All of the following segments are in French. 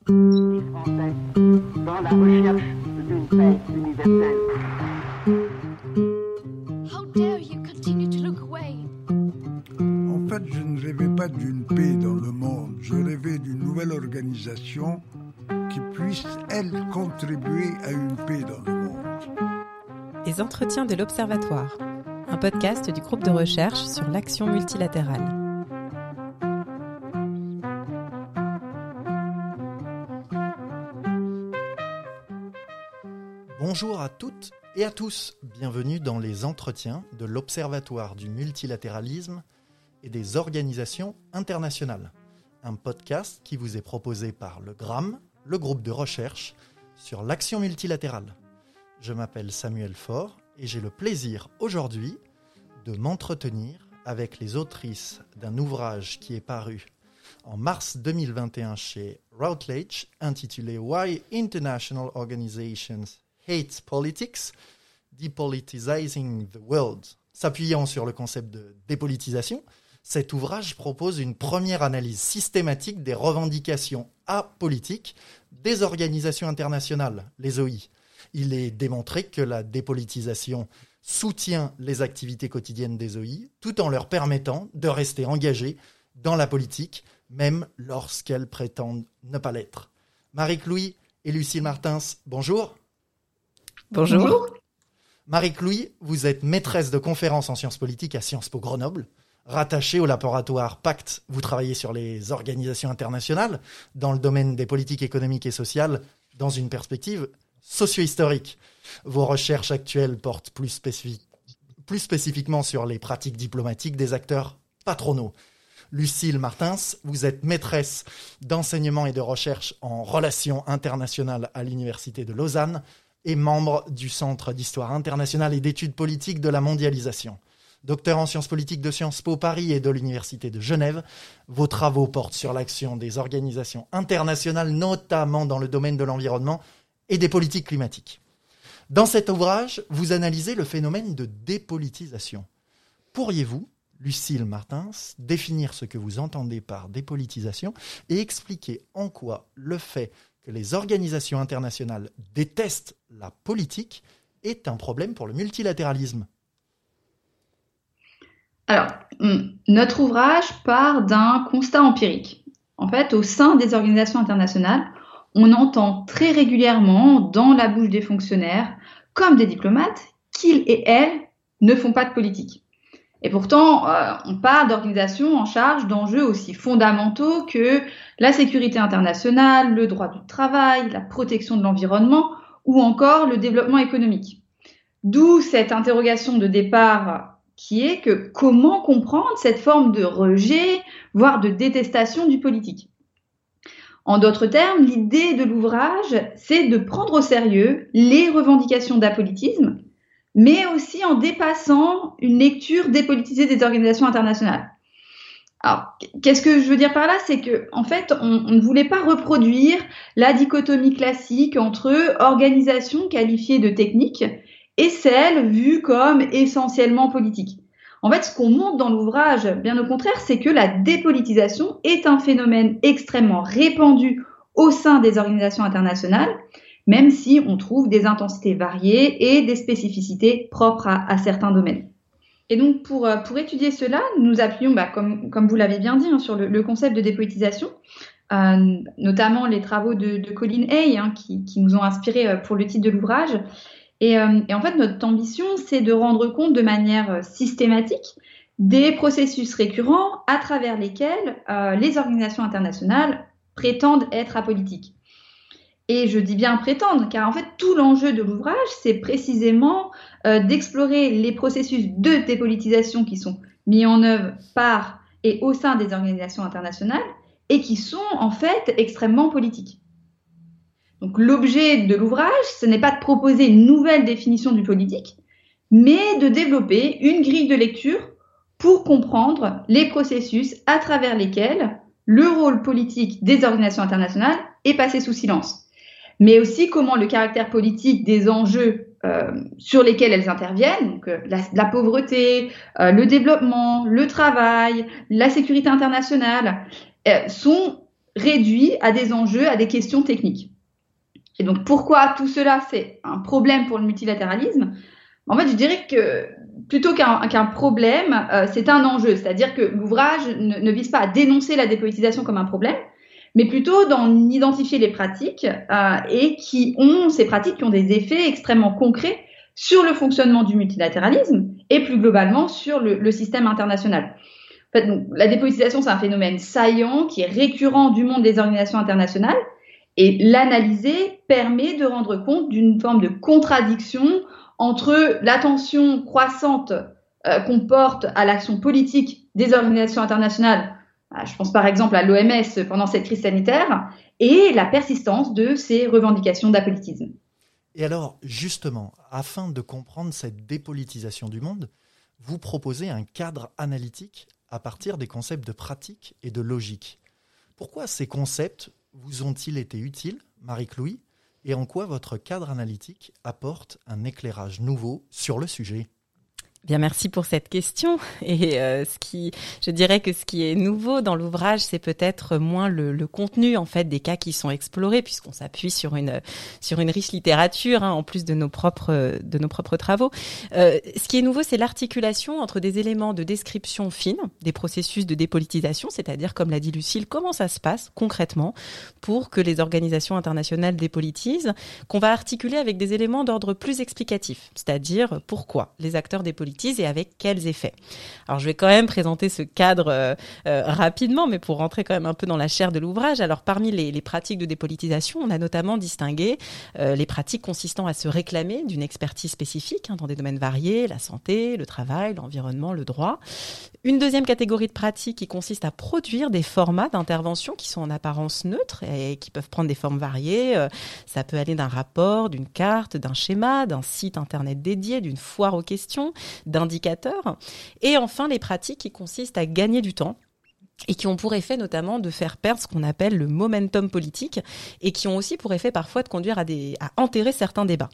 Les Français, dans la recherche d'une paix universelle. How dare you continue to look away? En fait, je ne rêvais pas d'une paix dans le monde. Je rêvais d'une nouvelle organisation qui puisse, elle, contribuer à une paix dans le monde. Les entretiens de l'Observatoire, un podcast du groupe de recherche sur l'action multilatérale. Bonjour à toutes et à tous, bienvenue dans les entretiens de l'Observatoire du multilatéralisme et des organisations internationales, un podcast qui vous est proposé par le GRAM, le groupe de recherche sur l'action multilatérale. Je m'appelle Samuel Faure et j'ai le plaisir aujourd'hui de m'entretenir avec les autrices d'un ouvrage qui est paru en mars 2021 chez Routledge, intitulé Why International Organizations Hate Politics, Depoliticizing the World. S'appuyant sur le concept de dépolitisation, cet ouvrage propose une première analyse systématique des revendications apolitiques des organisations internationales, les OI. Il est démontré que la dépolitisation soutient les activités quotidiennes des OI, tout en leur permettant de rester engagées dans la politique, même lorsqu'elles prétendent ne pas l'être. Marie-Chloé et Lucille Martins, bonjour. Bonjour. Marie-Chloé, vous êtes maîtresse de conférences en sciences politiques à Sciences Po Grenoble. Rattachée au laboratoire Pacte, vous travaillez sur les organisations internationales dans le domaine des politiques économiques et sociales dans une perspective socio-historique. Vos recherches actuelles portent plus spécifiquement sur les pratiques diplomatiques des acteurs patronaux. Lucille Martins, vous êtes maîtresse d'enseignement et de recherche en relations internationales à l'Université de Lausanne et membre du Centre d'histoire internationale et d'études politiques de la mondialisation. Docteur en sciences politiques de Sciences Po Paris et de l'Université de Genève, vos travaux portent sur l'action des organisations internationales, notamment dans le domaine de l'environnement et des politiques climatiques. Dans cet ouvrage, vous analysez le phénomène de dépolitisation. Pourriez-vous, Lucille Martins, définir ce que vous entendez par dépolitisation et expliquer en quoi le fait que les organisations internationales détestent la politique est un problème pour le multilatéralisme? Alors, notre ouvrage part d'un constat empirique. En fait, au sein des organisations internationales, on entend très régulièrement dans la bouche des fonctionnaires, comme des diplomates, qu'ils et elles ne font pas de politique. Et pourtant, on parle d'organisations en charge d'enjeux aussi fondamentaux que la sécurité internationale, le droit du travail, la protection de l'environnement ou encore le développement économique. D'où cette interrogation de départ qui est que comment comprendre cette forme de rejet, voire de détestation du politique. En d'autres termes, l'idée de l'ouvrage, c'est de prendre au sérieux les revendications d'apolitisme, mais aussi en dépassant une lecture dépolitisée des organisations internationales. Alors, qu'est-ce que je veux dire par là? C'est que, en fait, on ne voulait pas reproduire la dichotomie classique entre organisations qualifiées de techniques et celles vues comme essentiellement politiques. En fait, ce qu'on montre dans l'ouvrage, bien au contraire, c'est que la dépolitisation est un phénomène extrêmement répandu au sein des organisations internationales, même si on trouve des intensités variées et des spécificités propres à certains domaines. Et donc, pour étudier cela, nous appuyons, comme vous l'avez bien dit, sur le concept de dépolitisation, notamment les travaux de Colin Hay, qui nous ont inspirés pour le titre de l'ouvrage. Et en fait, notre ambition, c'est de rendre compte de manière systématique des processus récurrents à travers lesquels les organisations internationales prétendent être apolitiques. Et je dis bien prétendre, car en fait, tout l'enjeu de l'ouvrage, c'est précisément d'explorer les processus de dépolitisation qui sont mis en œuvre par et au sein des organisations internationales et qui sont en fait extrêmement politiques. Donc l'objet de l'ouvrage, ce n'est pas de proposer une nouvelle définition du politique, mais de développer une grille de lecture pour comprendre les processus à travers lesquels le rôle politique des organisations internationales est passé sous silence, mais aussi comment le caractère politique des enjeux sur lesquels elles interviennent, donc la pauvreté, le développement, le travail, la sécurité internationale, sont réduit à des enjeux, à des questions techniques. Et donc, pourquoi tout cela, c'est un problème pour le multilatéralisme ? En fait, je dirais que plutôt qu'un problème, c'est un enjeu. C'est-à-dire que l'ouvrage ne vise pas à dénoncer la dépolitisation comme un problème, mais plutôt d'en identifier les pratiques et ces pratiques qui ont des effets extrêmement concrets sur le fonctionnement du multilatéralisme et plus globalement sur le système international. En fait, donc, la dépolitisation, c'est un phénomène saillant qui est récurrent du monde des organisations internationales et l'analyser permet de rendre compte d'une forme de contradiction entre l'attention croissante qu'on porte à l'action politique des organisations internationales, je pense par exemple à l'OMS pendant cette crise sanitaire, et la persistance de ces revendications d'apolitisme. Et alors, justement, afin de comprendre cette dépolitisation du monde, vous proposez un cadre analytique à partir des concepts de pratique et de logique. Pourquoi ces concepts vous ont-ils été utiles, Marie-Chloé, et en quoi votre cadre analytique apporte un éclairage nouveau sur le sujet ? Bien, merci pour cette question. Et je dirais que ce qui est nouveau dans l'ouvrage, c'est peut-être moins le contenu en fait des cas qui sont explorés, puisqu'on s'appuie sur une riche littérature, en plus de nos propres travaux. Ce qui est nouveau, c'est l'articulation entre des éléments de description fine des processus de dépolitisation, c'est-à-dire, comme l'a dit Lucile, comment ça se passe concrètement pour que les organisations internationales dépolitisent, qu'on va articuler avec des éléments d'ordre plus explicatif, c'est-à-dire pourquoi les acteurs dépolitisent et avec quels effets. Alors, je vais quand même présenter ce cadre rapidement, mais pour rentrer quand même un peu dans la chair de l'ouvrage. Alors, parmi les pratiques de dépolitisation, on a notamment distingué les pratiques consistant à se réclamer d'une expertise spécifique dans des domaines variés, la santé, le travail, l'environnement, le droit. Une deuxième catégorie de pratiques qui consiste à produire des formats d'intervention qui sont en apparence neutres et qui peuvent prendre des formes variées. Ça peut aller d'un rapport, d'une carte, d'un schéma, d'un site internet dédié, d'une foire aux questions, d'indicateurs. Et enfin, les pratiques qui consistent à gagner du temps et qui ont pour effet notamment de faire perdre ce qu'on appelle le momentum politique et qui ont aussi pour effet parfois de conduire à enterrer certains débats.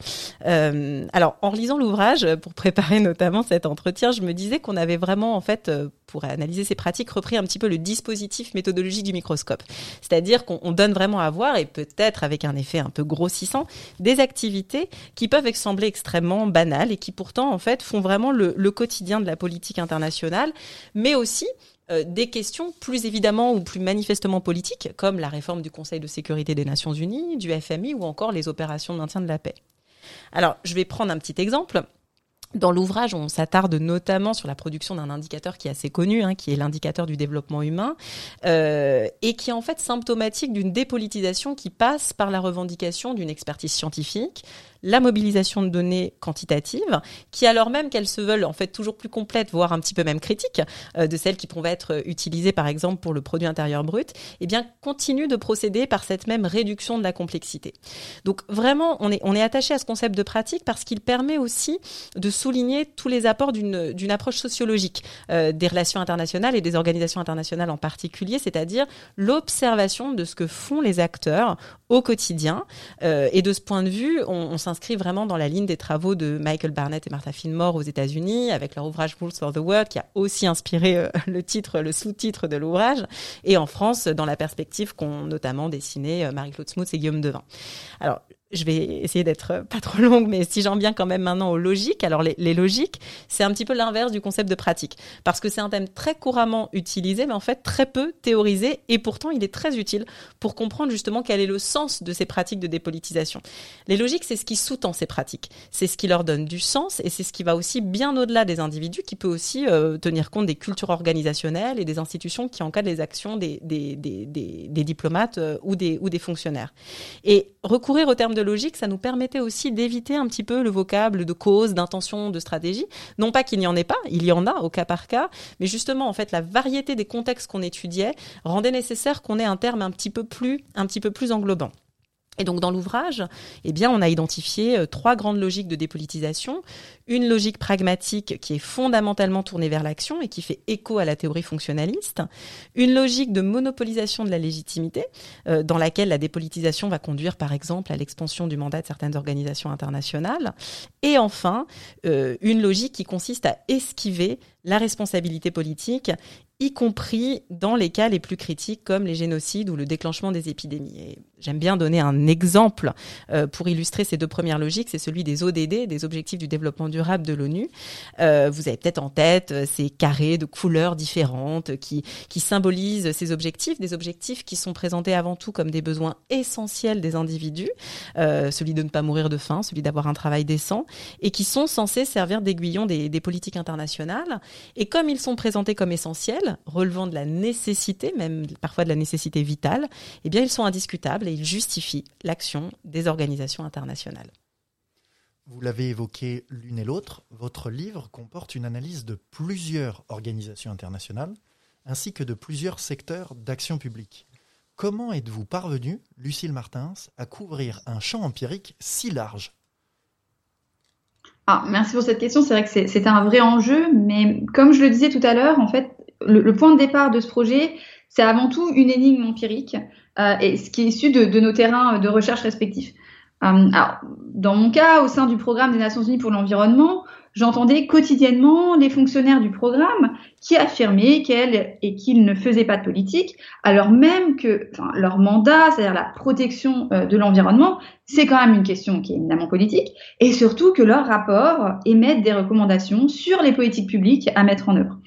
Alors, en relisant l'ouvrage, pour préparer notamment cet entretien, je me disais qu'on avait vraiment, en fait, pour analyser ces pratiques, repris un petit peu le dispositif méthodologique du microscope. C'est-à-dire qu'on donne vraiment à voir, et peut-être avec un effet un peu grossissant, des activités qui peuvent sembler extrêmement banales et qui pourtant, en fait, font vraiment le quotidien de la politique internationale, mais aussi des questions plus évidemment ou plus manifestement politiques, comme la réforme du Conseil de sécurité des Nations Unies, du FMI ou encore les opérations de maintien de la paix. Alors, je vais prendre un petit exemple. Dans l'ouvrage, on s'attarde notamment sur la production d'un indicateur qui est assez connu, qui est l'indicateur du développement humain, et qui est en fait symptomatique d'une dépolitisation qui passe par la revendication d'une expertise scientifique, la mobilisation de données quantitatives, qui alors même qu'elles se veulent en fait toujours plus complètes, voire un petit peu même critiques, de celles qui pourraient être utilisées par exemple pour le produit intérieur brut, eh bien continuent de procéder par cette même réduction de la complexité. Donc vraiment, on est attaché à ce concept de pratique parce qu'il permet aussi de souligner tous les apports d'une approche sociologique des relations internationales et des organisations internationales en particulier, c'est-à-dire l'observation de ce que font les acteurs au quotidien. Et de ce point de vue, on s'inscrit vraiment dans la ligne des travaux de Michael Barnett et Martha Fillmore aux États-Unis, avec leur ouvrage Rules for the World, qui a aussi inspiré le sous-titre de l'ouvrage, et en France, dans la perspective qu'ont notamment dessiné Marie-Claude Smoutz et Guillaume Devin. Alors, je vais essayer d'être pas trop longue, mais si j'en viens quand même maintenant aux logiques. Alors, les logiques, c'est un petit peu l'inverse du concept de pratique. Parce que c'est un thème très couramment utilisé, mais en fait très peu théorisé. Et pourtant, il est très utile pour comprendre justement quel est le sens de ces pratiques de dépolitisation. Les logiques, c'est ce qui sous-tend ces pratiques. C'est ce qui leur donne du sens et c'est ce qui va aussi bien au-delà des individus, qui peut aussi tenir compte des cultures organisationnelles et des institutions qui encadrent les actions des diplomates ou des fonctionnaires. Et recourir au terme de logique, ça nous permettait aussi d'éviter un petit peu le vocable de cause, d'intention, de stratégie. Non pas qu'il n'y en ait pas, il y en a au cas par cas, mais justement, en fait, la variété des contextes qu'on étudiait rendait nécessaire qu'on ait un terme un petit peu plus englobant. Et donc, dans l'ouvrage, on a identifié 3 grandes logiques de dépolitisation. Une logique pragmatique qui est fondamentalement tournée vers l'action et qui fait écho à la théorie fonctionnaliste. Une logique de monopolisation de la légitimité, dans laquelle la dépolitisation va conduire, par exemple, à l'expansion du mandat de certaines organisations internationales. Et enfin, une logique qui consiste à esquiver la responsabilité politique y compris dans les cas les plus critiques comme les génocides ou le déclenchement des épidémies. Et j'aime bien donner un exemple pour illustrer ces deux premières logiques, c'est celui des ODD, des Objectifs du développement durable de l'ONU. Vous avez peut-être en tête ces carrés de couleurs différentes qui symbolisent ces objectifs, des objectifs qui sont présentés avant tout comme des besoins essentiels des individus, celui de ne pas mourir de faim, celui d'avoir un travail décent, et qui sont censés servir d'aiguillon des politiques internationales. Et comme ils sont présentés comme essentiels, relevant de la nécessité, même parfois de la nécessité vitale, eh bien ils sont indiscutables et ils justifient l'action des organisations internationales. Vous l'avez évoqué l'une et l'autre, votre livre comporte une analyse de plusieurs organisations internationales ainsi que de plusieurs secteurs d'action publique. Comment êtes-vous parvenue, Lucile Martins, à couvrir un champ empirique si large ? Merci pour cette question. C'est vrai que c'est un vrai enjeu, mais comme je le disais tout à l'heure, en fait, le point de départ de ce projet, c'est avant tout une énigme empirique, et ce qui est issu de nos terrains de recherche respectifs. Alors, dans mon cas, au sein du programme des Nations Unies pour l'environnement, j'entendais quotidiennement les fonctionnaires du programme qui affirmaient qu'elles et qu'ils ne faisaient pas de politique, alors même que leur mandat, c'est-à-dire la protection de l'environnement, c'est quand même une question qui est éminemment politique, et surtout que leurs rapports émettent des recommandations sur les politiques publiques à mettre en œuvre.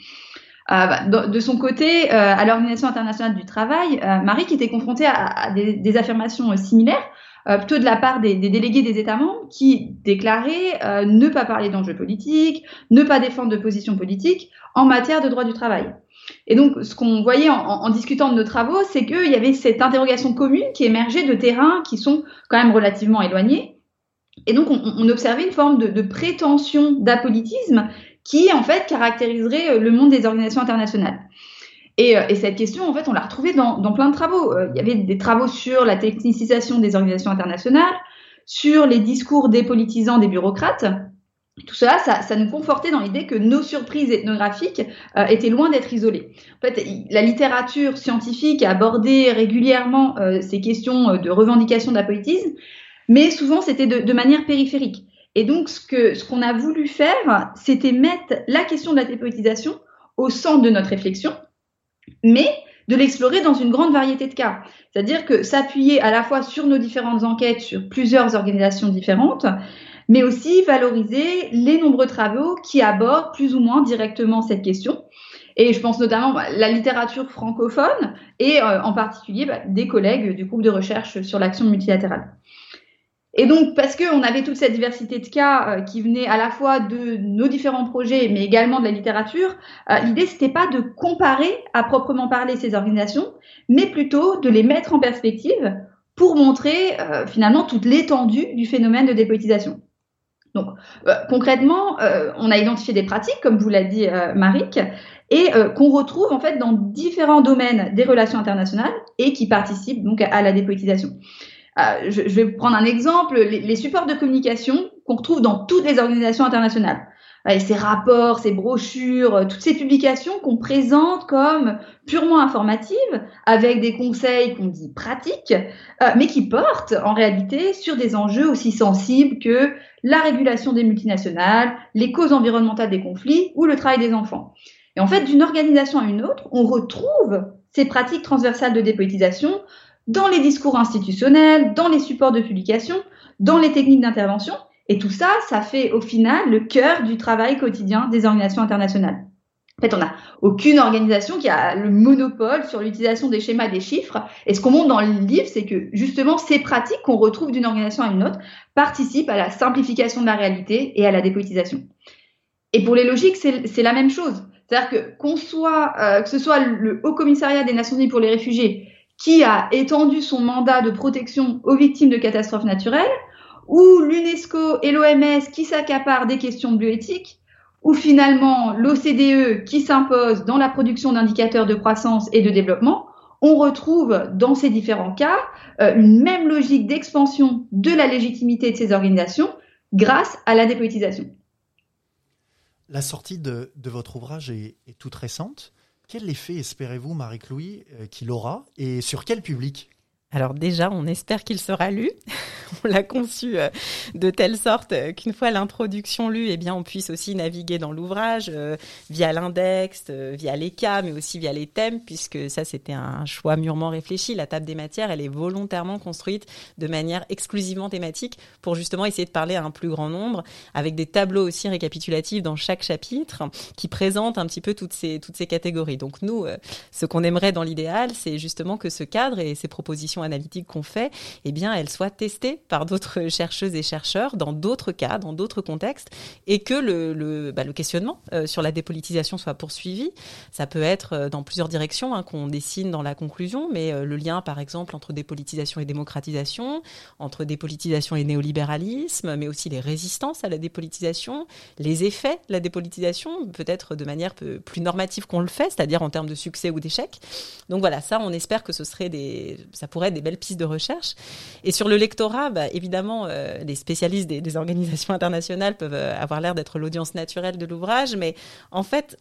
De son côté, à l'Organisation internationale du travail, Marie qui était confrontée à des affirmations similaires, plutôt de la part des délégués des États membres qui déclaraient ne pas parler d'enjeux politiques, ne pas défendre de positions politiques en matière de droit du travail. Et donc, ce qu'on voyait en discutant de nos travaux, c'est qu'il y avait cette interrogation commune qui émergeait de terrains qui sont quand même relativement éloignés. Et donc, on observait une forme de prétention d'apolitisme qui, en fait, caractériserait le monde des organisations internationales. Et cette question, en fait, on l'a retrouvée dans plein de travaux. Il y avait des travaux sur la technicisation des organisations internationales, sur les discours dépolitisants des bureaucrates. Tout cela, ça nous confortait dans l'idée que nos surprises ethnographiques étaient loin d'être isolées. En fait, la littérature scientifique a abordé régulièrement ces questions de revendication d'apolitisme, mais souvent, c'était de manière périphérique. Et donc, ce qu'on a voulu faire, c'était mettre la question de la dépolitisation au centre de notre réflexion, mais de l'explorer dans une grande variété de cas. C'est-à-dire que s'appuyer à la fois sur nos différentes enquêtes, sur plusieurs organisations différentes, mais aussi valoriser les nombreux travaux qui abordent plus ou moins directement cette question. Et je pense notamment à la littérature francophone et en particulier des collègues du groupe de recherche sur l'action multilatérale. Et donc, parce qu'on avait toute cette diversité de cas qui venaient à la fois de nos différents projets, mais également de la littérature, l'idée, c'était pas de comparer à proprement parler ces organisations, mais plutôt de les mettre en perspective pour montrer finalement toute l'étendue du phénomène de dépolitisation. Donc, concrètement, on a identifié des pratiques, comme vous l'a dit Maric, et qu'on retrouve en fait dans différents domaines des relations internationales et qui participent donc à la dépolitisation. Je vais prendre un exemple, les supports de communication qu'on retrouve dans toutes les organisations internationales. Ces rapports, ces brochures, toutes ces publications qu'on présente comme purement informatives, avec des conseils qu'on dit pratiques, mais qui portent en réalité sur des enjeux aussi sensibles que la régulation des multinationales, les causes environnementales des conflits ou le travail des enfants. Et en fait, d'une organisation à une autre, on retrouve ces pratiques transversales de dépolitisation dans les discours institutionnels, dans les supports de publication, dans les techniques d'intervention. Et tout ça, ça fait au final le cœur du travail quotidien des organisations internationales. En fait, on n'a aucune organisation qui a le monopole sur l'utilisation des schémas, des chiffres. Et ce qu'on montre dans le livre, c'est que justement, ces pratiques qu'on retrouve d'une organisation à une autre participent à la simplification de la réalité et à la dépolitisation. Et pour les logiques, c'est la même chose. C'est-à-dire que ce soit le Haut Commissariat des Nations Unies pour les réfugiés qui a étendu son mandat de protection aux victimes de catastrophes naturelles, ou l'UNESCO et l'OMS qui s'accaparent des questions de bioéthique, ou finalement l'OCDE qui s'impose dans la production d'indicateurs de croissance et de développement, on retrouve dans ces différents cas une même logique d'expansion de la légitimité de ces organisations grâce à la dépolitisation. La sortie de votre ouvrage est toute récente. Quel effet espérez-vous, Marie-Chloé, qu'il aura et sur quel public ? Alors déjà, on espère qu'il sera lu. on l'a conçu de telle sorte qu'une fois l'introduction lue, eh bien, on puisse aussi naviguer dans l'ouvrage via l'index, via les cas, mais aussi via les thèmes, puisque ça, c'était un choix mûrement réfléchi. La table des matières, elle est volontairement construite de manière exclusivement thématique pour justement essayer de parler à un plus grand nombre, avec des tableaux aussi récapitulatifs dans chaque chapitre qui présentent un petit peu toutes ces catégories. Donc nous, ce qu'on aimerait dans l'idéal, c'est justement que ce cadre et ces propositions analytiques qu'on fait, eh bien, elles soient testées par d'autres chercheuses et chercheurs dans d'autres cas, dans d'autres contextes, et que le questionnement sur la dépolitisation soit poursuivi. Ça peut être dans plusieurs directions qu'on dessine dans la conclusion, mais le lien, par exemple, entre dépolitisation et démocratisation, entre dépolitisation et néolibéralisme, mais aussi les résistances à la dépolitisation, les effets de la dépolitisation, peut-être de manière plus normative qu'on le fait, c'est-à-dire en termes de succès ou d'échec. Donc voilà, ça, on espère que ça pourrait être des belles pistes de recherche. Et sur le lectorat, évidemment, les spécialistes des organisations internationales peuvent avoir l'air d'être l'audience naturelle de l'ouvrage, mais en fait,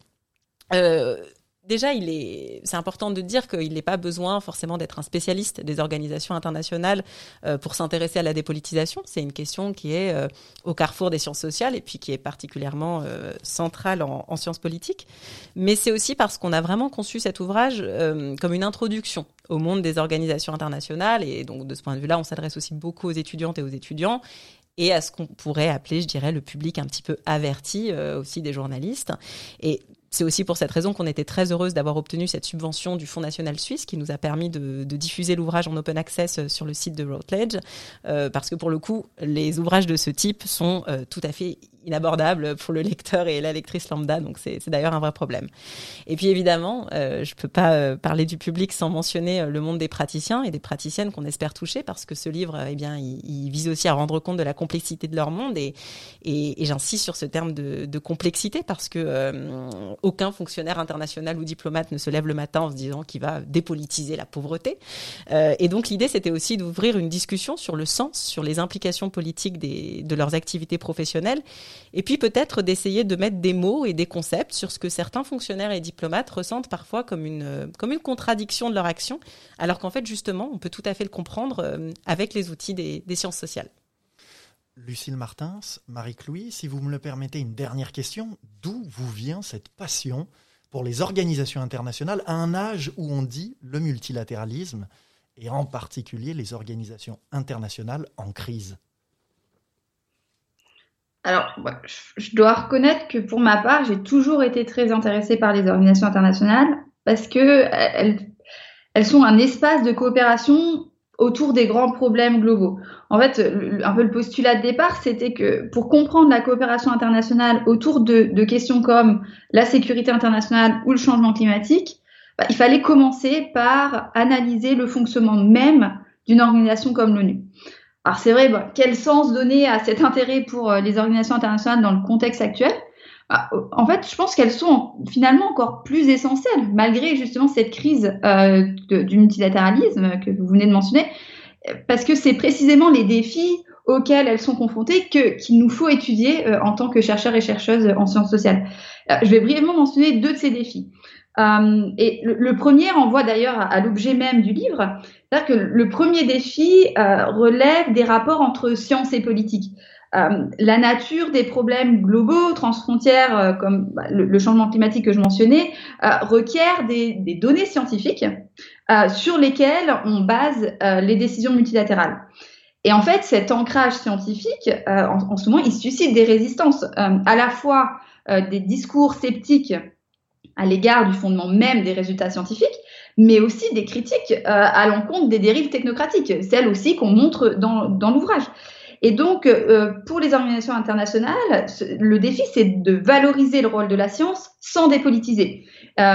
déjà, c'est important de dire qu'il n'est pas besoin forcément d'être un spécialiste des organisations internationales pour s'intéresser à la dépolitisation. C'est une question qui est au carrefour des sciences sociales et puis qui est particulièrement centrale en sciences politiques. Mais c'est aussi parce qu'on a vraiment conçu cet ouvrage comme une introduction au monde des organisations internationales. Et donc, de ce point de vue-là, on s'adresse aussi beaucoup aux étudiantes et aux étudiants et à ce qu'on pourrait appeler, je dirais, le public un petit peu averti aussi des journalistes. Et c'est aussi pour cette raison qu'on était très heureuse d'avoir obtenu cette subvention du Fonds national suisse qui nous a permis de diffuser l'ouvrage en open access sur le site de Routledge, parce que pour le coup, les ouvrages de ce type sont tout à fait inabordables pour le lecteur et la lectrice lambda, donc c'est d'ailleurs un vrai problème. Et puis évidemment, je peux pas parler du public sans mentionner le monde des praticiens et des praticiennes qu'on espère toucher, parce que ce livre, eh bien, il vise aussi à rendre compte de la complexité de leur monde, et j'insiste sur ce terme de complexité, parce que aucun fonctionnaire international ou diplomate ne se lève le matin en se disant qu'il va dépolitiser la pauvreté. Et donc l'idée, c'était aussi d'ouvrir une discussion sur le sens, sur les implications politiques de leurs activités professionnelles, et puis peut-être d'essayer de mettre des mots et des concepts sur ce que certains fonctionnaires et diplomates ressentent parfois comme une contradiction de leur action, alors qu'en fait, justement, on peut tout à fait le comprendre avec les outils des sciences sociales. Lucile Martins, Marie-Chloé, si vous me le permettez, une dernière question. D'où vous vient cette passion pour les organisations internationales à un âge où on dit le multilatéralisme et en particulier les organisations internationales en crise? Alors, je dois reconnaître que pour ma part, j'ai toujours été très intéressée par les organisations internationales parce que elles sont un espace de coopération autour des grands problèmes globaux. En fait, un peu le postulat de départ, c'était que pour comprendre la coopération internationale autour de questions comme la sécurité internationale ou le changement climatique, il fallait commencer par analyser le fonctionnement même d'une organisation comme l'ONU. Alors c'est vrai, quel sens donner à cet intérêt pour les organisations internationales dans le contexte actuel ? En fait, je pense qu'elles sont finalement encore plus essentielles, malgré justement cette crise du multilatéralisme que vous venez de mentionner, parce que c'est précisément les défis auxquels elles sont confrontées qu'il nous faut étudier en tant que chercheurs et chercheuses en sciences sociales. Je vais brièvement mentionner deux de ces défis. Et le premier renvoie d'ailleurs à l'objet même du livre, c'est-à-dire que le premier défi relève des rapports entre science et politique. La nature des problèmes globaux, transfrontières, comme le changement climatique que je mentionnais, requiert des données scientifiques sur lesquelles on base les décisions multilatérales. Et en fait, cet ancrage scientifique, en ce moment, il suscite des résistances, à la fois des discours sceptiques à l'égard du fondement même des résultats scientifiques, mais aussi des critiques à l'encontre des dérives technocratiques, celles aussi qu'on montre dans l'ouvrage. Et donc, pour les organisations internationales, le défi, c'est de valoriser le rôle de la science sans dépolitiser.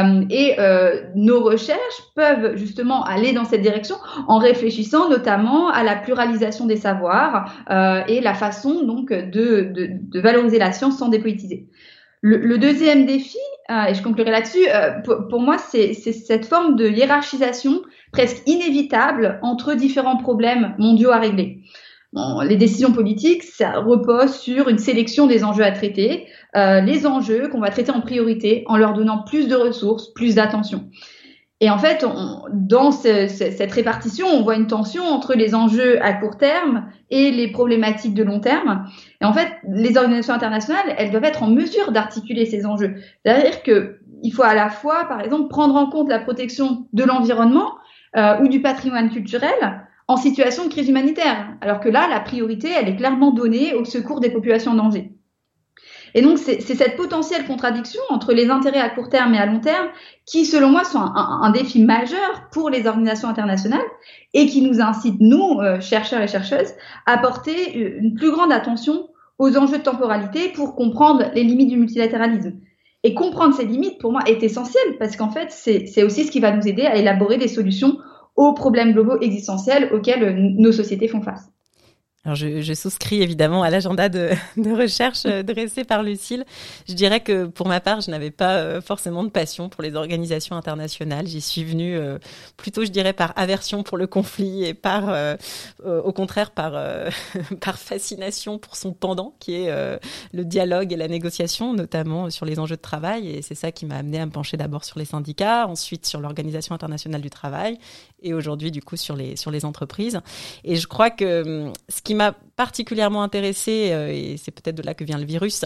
Nos recherches peuvent justement aller dans cette direction en réfléchissant notamment à la pluralisation des savoirs et la façon donc de valoriser la science sans dépolitiser. Le deuxième défi, et je conclurai là-dessus, pour moi, c'est cette forme de hiérarchisation presque inévitable entre différents problèmes mondiaux à régler. Bon, les décisions politiques, ça repose sur une sélection des enjeux à traiter, les enjeux qu'on va traiter en priorité en leur donnant plus de ressources, plus d'attention. Et en fait, dans cette répartition, on voit une tension entre les enjeux à court terme et les problématiques de long terme. Et en fait, les organisations internationales, elles doivent être en mesure d'articuler ces enjeux. C'est-à-dire qu'il faut à la fois, par exemple, prendre en compte la protection de l'environnement ou du patrimoine culturel en situation de crise humanitaire. Alors que là, la priorité, elle est clairement donnée au secours des populations en danger. Et donc, c'est cette potentielle contradiction entre les intérêts à court terme et à long terme qui, selon moi, sont un défi majeur pour les organisations internationales et qui nous incite, nous, chercheurs et chercheuses, à porter une plus grande attention aux enjeux de temporalité pour comprendre les limites du multilatéralisme. Et comprendre ces limites, pour moi, est essentiel parce qu'en fait, c'est aussi ce qui va nous aider à élaborer des solutions aux problèmes globaux existentiels auxquels nos sociétés font face. Alors je souscris évidemment à l'agenda de recherche dressé par Lucile. Je dirais que pour ma part, je n'avais pas forcément de passion pour les organisations internationales. J'y suis venue plutôt, je dirais, par aversion pour le conflit et au contraire par fascination pour son pendant, qui est le dialogue et la négociation, notamment sur les enjeux de travail. Et c'est ça qui m'a amenée à me pencher d'abord sur les syndicats, ensuite sur l'Organisation internationale du travail et aujourd'hui du coup sur les entreprises. Et je crois que ce qui m'a particulièrement intéressée, et c'est peut-être de là que vient le virus,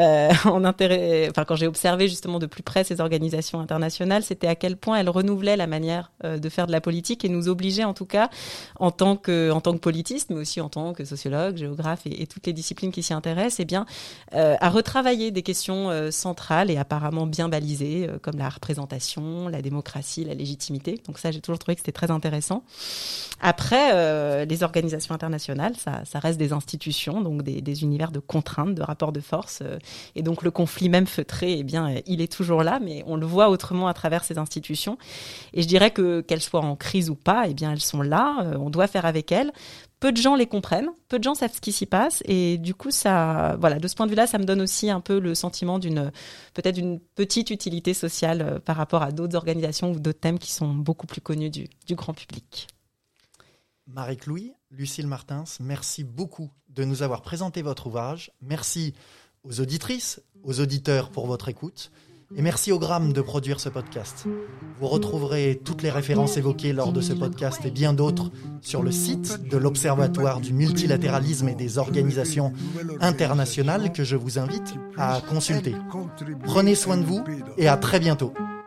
quand j'ai observé justement de plus près ces organisations internationales, c'était à quel point elles renouvelaient la manière de faire de la politique et nous obligeaient en tout cas, en tant que politistes, mais aussi en tant que sociologues, géographes et toutes les disciplines qui s'y intéressent, à retravailler des questions centrales et apparemment bien balisées, comme la représentation, la démocratie, la légitimité. Donc ça, j'ai toujours trouvé que c'était très intéressant. Après, les organisations internationales, ça reste des institutions, donc des univers de contraintes, de rapports de force. Et donc le conflit même feutré, il est toujours là, mais on le voit autrement à travers ces institutions. Et je dirais qu'elles soient en crise ou pas, elles sont là, on doit faire avec elles. Peu de gens les comprennent, peu de gens savent ce qui s'y passe, et du coup, de ce point de vue-là, ça me donne aussi un peu le sentiment peut-être d'une petite utilité sociale par rapport à d'autres organisations ou d'autres thèmes qui sont beaucoup plus connus du grand public. Marie-Chloé, Lucile Martins, merci beaucoup de nous avoir présenté votre ouvrage. Merci aux auditrices, aux auditeurs pour votre écoute. Et merci au Gramme de produire ce podcast. Vous retrouverez toutes les références évoquées lors de ce podcast et bien d'autres sur le site de l'Observatoire du multilatéralisme et des organisations internationales que je vous invite à consulter. Prenez soin de vous et à très bientôt.